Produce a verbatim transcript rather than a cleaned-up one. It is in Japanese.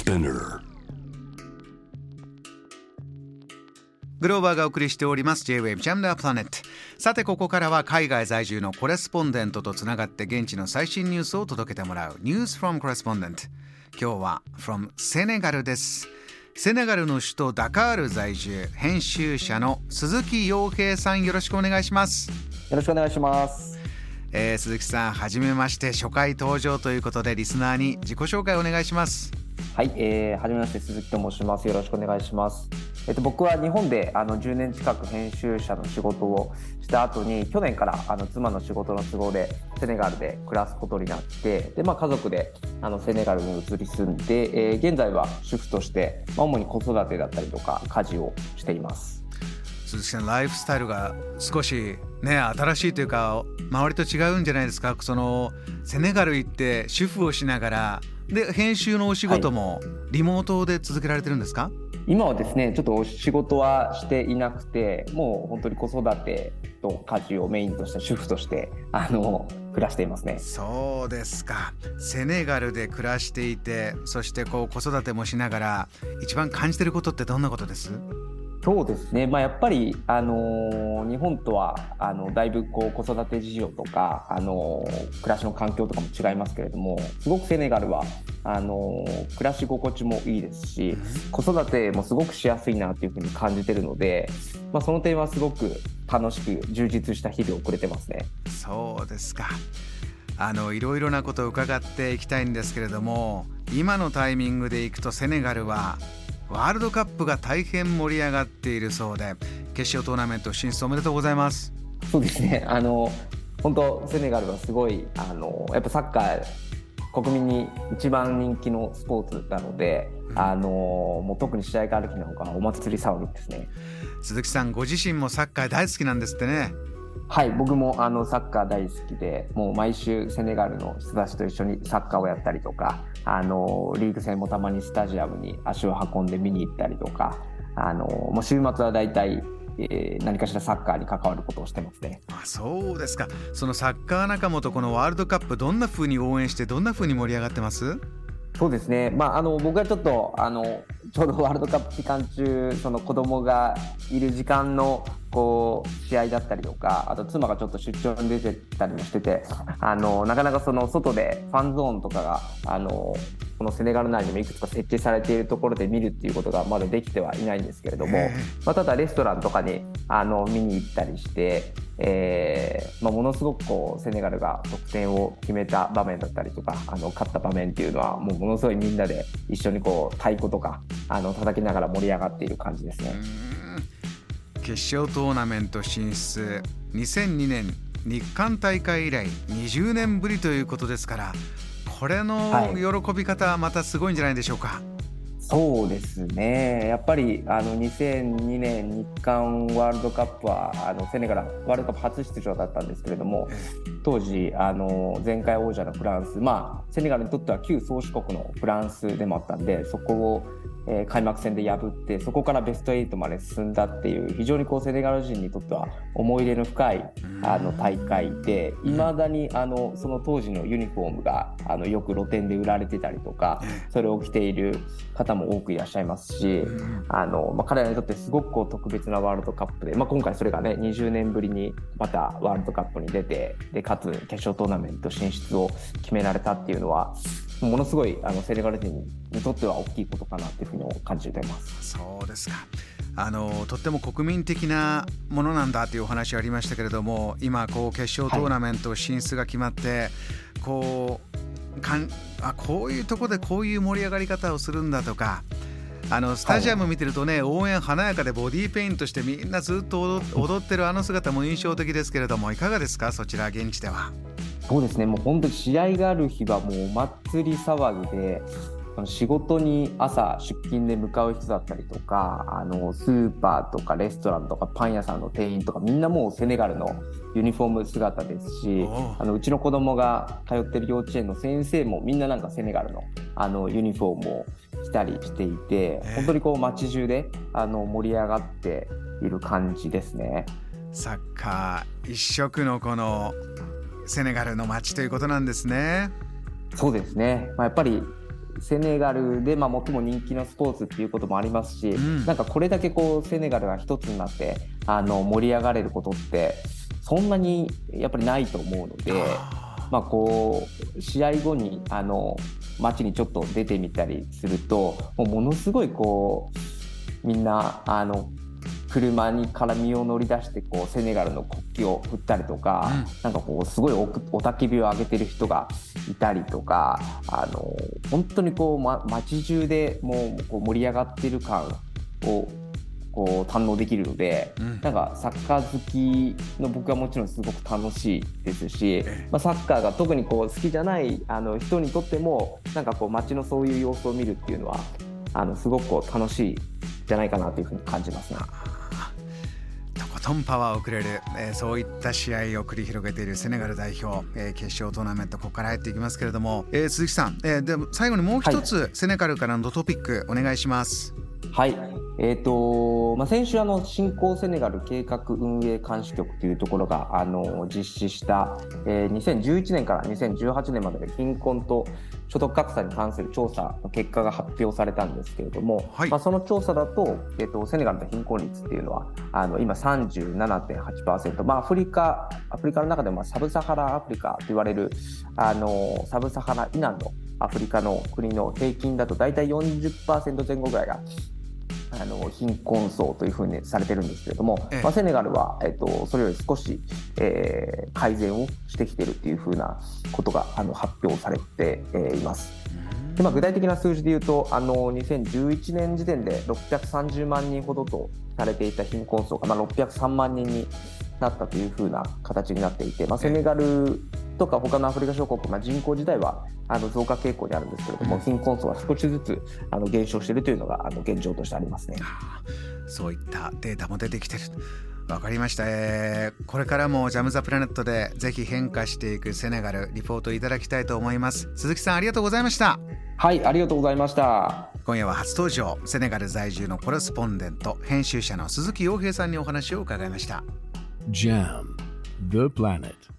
Spinner。 グローバーがお送りしております J-Wave Jam the Planet。 さてここからは海外在住のコレスポンデントとつながって現地の最新ニュースを届けてもらう News from Correspondent。 今日は from セネガルです。セネガルの首都ダカール在住編集者の鈴木陽平さん、よろしくお願いします。 よろしくお願いします。 えー、鈴木さん、はじめまして、初回登場ということでリスナーに自己紹介お願いします。 はい、えー、はじめまして鈴木と申します。よろしくお願いします。えっと、僕は日本であのじゅうねん近く編集者の仕事をした後に去年からあの妻の仕事の都合でセネガルで暮らすことになってで、まあ、家族であのセネガルに移り住んで、えー、現在は主婦として、まあ、主に子育てだったりとか家事をしています。 鈴木さん、ライフスタイルが少しね新しいというか周りと違うんじゃないですか。そのセネガル行って主婦をしながらで編集のお仕事もリモートで続けられてるんですか？はい、 今はですねちょっとお仕事はしていなくて、もう本当に子育てと家事をメインとした主婦としてあの暮らしていますね。 そうですか。セネガルで暮らしていて、そしてこう子育てもしながら一番感じてることってどんなことです？ そうですね、まあ、やっぱり、あのー、日本とはあのだいぶこう子育て事情とか、あのー、暮らしの環境とかも違いますけれども、すごくセネガルはあのー、暮らし心地もいいですし、子育てもすごくしやすいなというふうに感じているので、まあ、その点はすごく楽しく充実した日々を送れてますね。 そうですか。あのいろいろなことを伺っていきたいんですけれども、今のタイミングでいくとセネガルはワールドカップが大変盛り上がっているそうで、決勝トーナメント進出おめでとうございます。 そうですね、あの本当セネガルはすごいあのやっぱサッカー国民に一番人気のスポーツなので、うん、あのもう特に試合がある日の方がお祭り騒ぎですね。 鈴木さんご自身もサッカー大好きなんですってね。 はい、僕もあのサッカー大好きで、もう毎週セネガルの人たちと一緒にサッカーをやったりとか、あのリーグ戦もたまにスタジアムに足を運んで見に行ったりとか、あのもう週末はだいたい、えー、何かしらサッカーに関わることをしてますね。 あ、そうですか。そのサッカー仲間とこのワールドカップどんな風に応援してどんな風に盛り上がってます？ そうですね、まあ、あの僕はちょっとあのちょうどワールドカップ期間中、その子供がいる時間のこう試合だったりとか、あと妻がちょっと出張に出てたりもしてて、あのなかなかその外でファンゾーンとかがあのこのセネガル内にもいくつか設置されているところで見るっていうことがまだできてはいないんですけれども、まあ、ただレストランとかにあの見に行ったりして、えーまあ、ものすごくこうセネガルが得点を決めた場面だったりとか、あの勝った場面っていうのはもうものすごいみんなで一緒にこう太鼓とかあの叩きながら盛り上がっている感じですね。 決勝トーナメント進出、にせんにねん日韓大会以来にじゅうねんぶりということですから、これの喜び方はまたすごいんじゃないでしょうか。はい、 そうですね、やっぱりあのにせんにねん日韓ワールドカップはあのセネガルワールドカップ初出場だったんですけれども、当時あの前回王者のフランス、まあ、セネガルにとっては旧宗主国のフランスでもあったんで、そこをえー、開幕戦で破って、そこからベストはちまで進んだっていう、非常にこうセネガル人にとっては思い入れの深いあの大会で、いまだにあのその当時のユニフォームがあのよく露店で売られてたりとか、それを着ている方も多くいらっしゃいますし、あの、まあ、彼らにとってすごくこう特別なワールドカップで、まあ、今回それがねにじゅうねんぶりにまたワールドカップに出て、でかつ決勝トーナメント進出を決められたっていうのは、ものすごいあのセネガル人にとっては大きいことかなというふうに感じています。 そうですか。あのとっても国民的なものなんだというお話ありましたけれども、今こう決勝トーナメント進出が決まって、はい、こうかんあこういうとこでこういう盛り上がり方をするんだとか、あのスタジアム見てるとね、はい、応援華やかでボディーペイントしてみんなずっと 踊, 踊ってるあの姿も印象的ですけれども、いかがですか、そちら現地では。 そうですね、もう本当に試合がある日はもうお祭り騒ぎで、仕事に朝出勤で向かう人だったりとか、あのスーパーとかレストランとかパン屋さんの店員とか、みんなもうセネガルのユニフォーム姿ですし、あのうちの子供が通ってる幼稚園の先生もみんななんかセネガルのあのユニフォームを着たりしていて、本当にこう街中であの盛り上がっている感じですね。 サッカー一色のこのセネガルの街ということなんですね。 そうですね、まあ、やっぱりセネガルで、まあ、最も人気のスポーツっていうこともありますし、 うん、 なんかこれだけこうセネガルが一つになってあの盛り上がれることってそんなにやっぱりないと思うので、まあ、こう試合後にあの街にちょっと出てみたりするともうものすごいこうみんなあの車にから身を乗り出してこうセネガルの国旗を振ったりとか、うん、なんかこうすごい お, おたけびを上げてる人がいたりとか、あの本当にこう、ま、街中でもうこう盛り上がってる感をこう堪能できるので、うん、なんかサッカー好きの僕はもちろんすごく楽しいですし、まあ、サッカーが特にこう好きじゃないあの人にとってもなんかこう街のそういう様子を見るっていうのはあのすごくこう楽しいじゃないかなというふうに感じますね。 とことんパワーをくれる、えー、そういった試合を繰り広げているセネガル代表、えー、決勝トーナメントここから入っていきますけれども、えー、鈴木さん、えー、でも最後にもう一つ、はい、セネガルからのトピックお願いします。 はい、えーとまあ、先週あの新興セネガル計画運営監視局というところがあの実施した、えー、にせんじゅういちねんからにせんじゅうはちねんまでの貧困と所得格差に関する調査の結果が発表されたんですけれども、はい、まあ、その調査だと、えーと、セネガルの貧困率っていうのはあの今 さんじゅうななてんはちパーセント、まあ、アフリカアフリカの中でもサブサハラアフリカと言われるあのサブサハラ以南のアフリカの国の平均だとだいたい よんじゅっパーセント 前後ぐらいがあの貧困層というふうにされてるんですけれども、ええまあ、セネガルは、えっと、それより少し、えー、改善をしてきているというふうなことがあの発表されて、えー、います。で、まあ、具体的な数字でいうとあのにせんじゅういちねん時点でろっぴゃくさんじゅうまんにんほどとされていた貧困層が、まあ、ろっぴゃくさんまんにんになったというふうな形になっていて、まあ、セネガルとか他のアフリカ諸国、まあ、人口自体はあの増加傾向にあるんですけれども、うん、貧困層は少しずつあの減少しているというのがあの現状としてありますね。 そういったデータも出てきてる。わかりました、えー、これからもジャムザプラネットでぜひ変化していくセネガルリポートいただきたいと思います。鈴木さんありがとうございました。 はい、ありがとうございました。 今夜は初登場セネガル在住のコレスポンデント編集者の鈴木陽平さんにお話を伺いました。 ジャム The Planet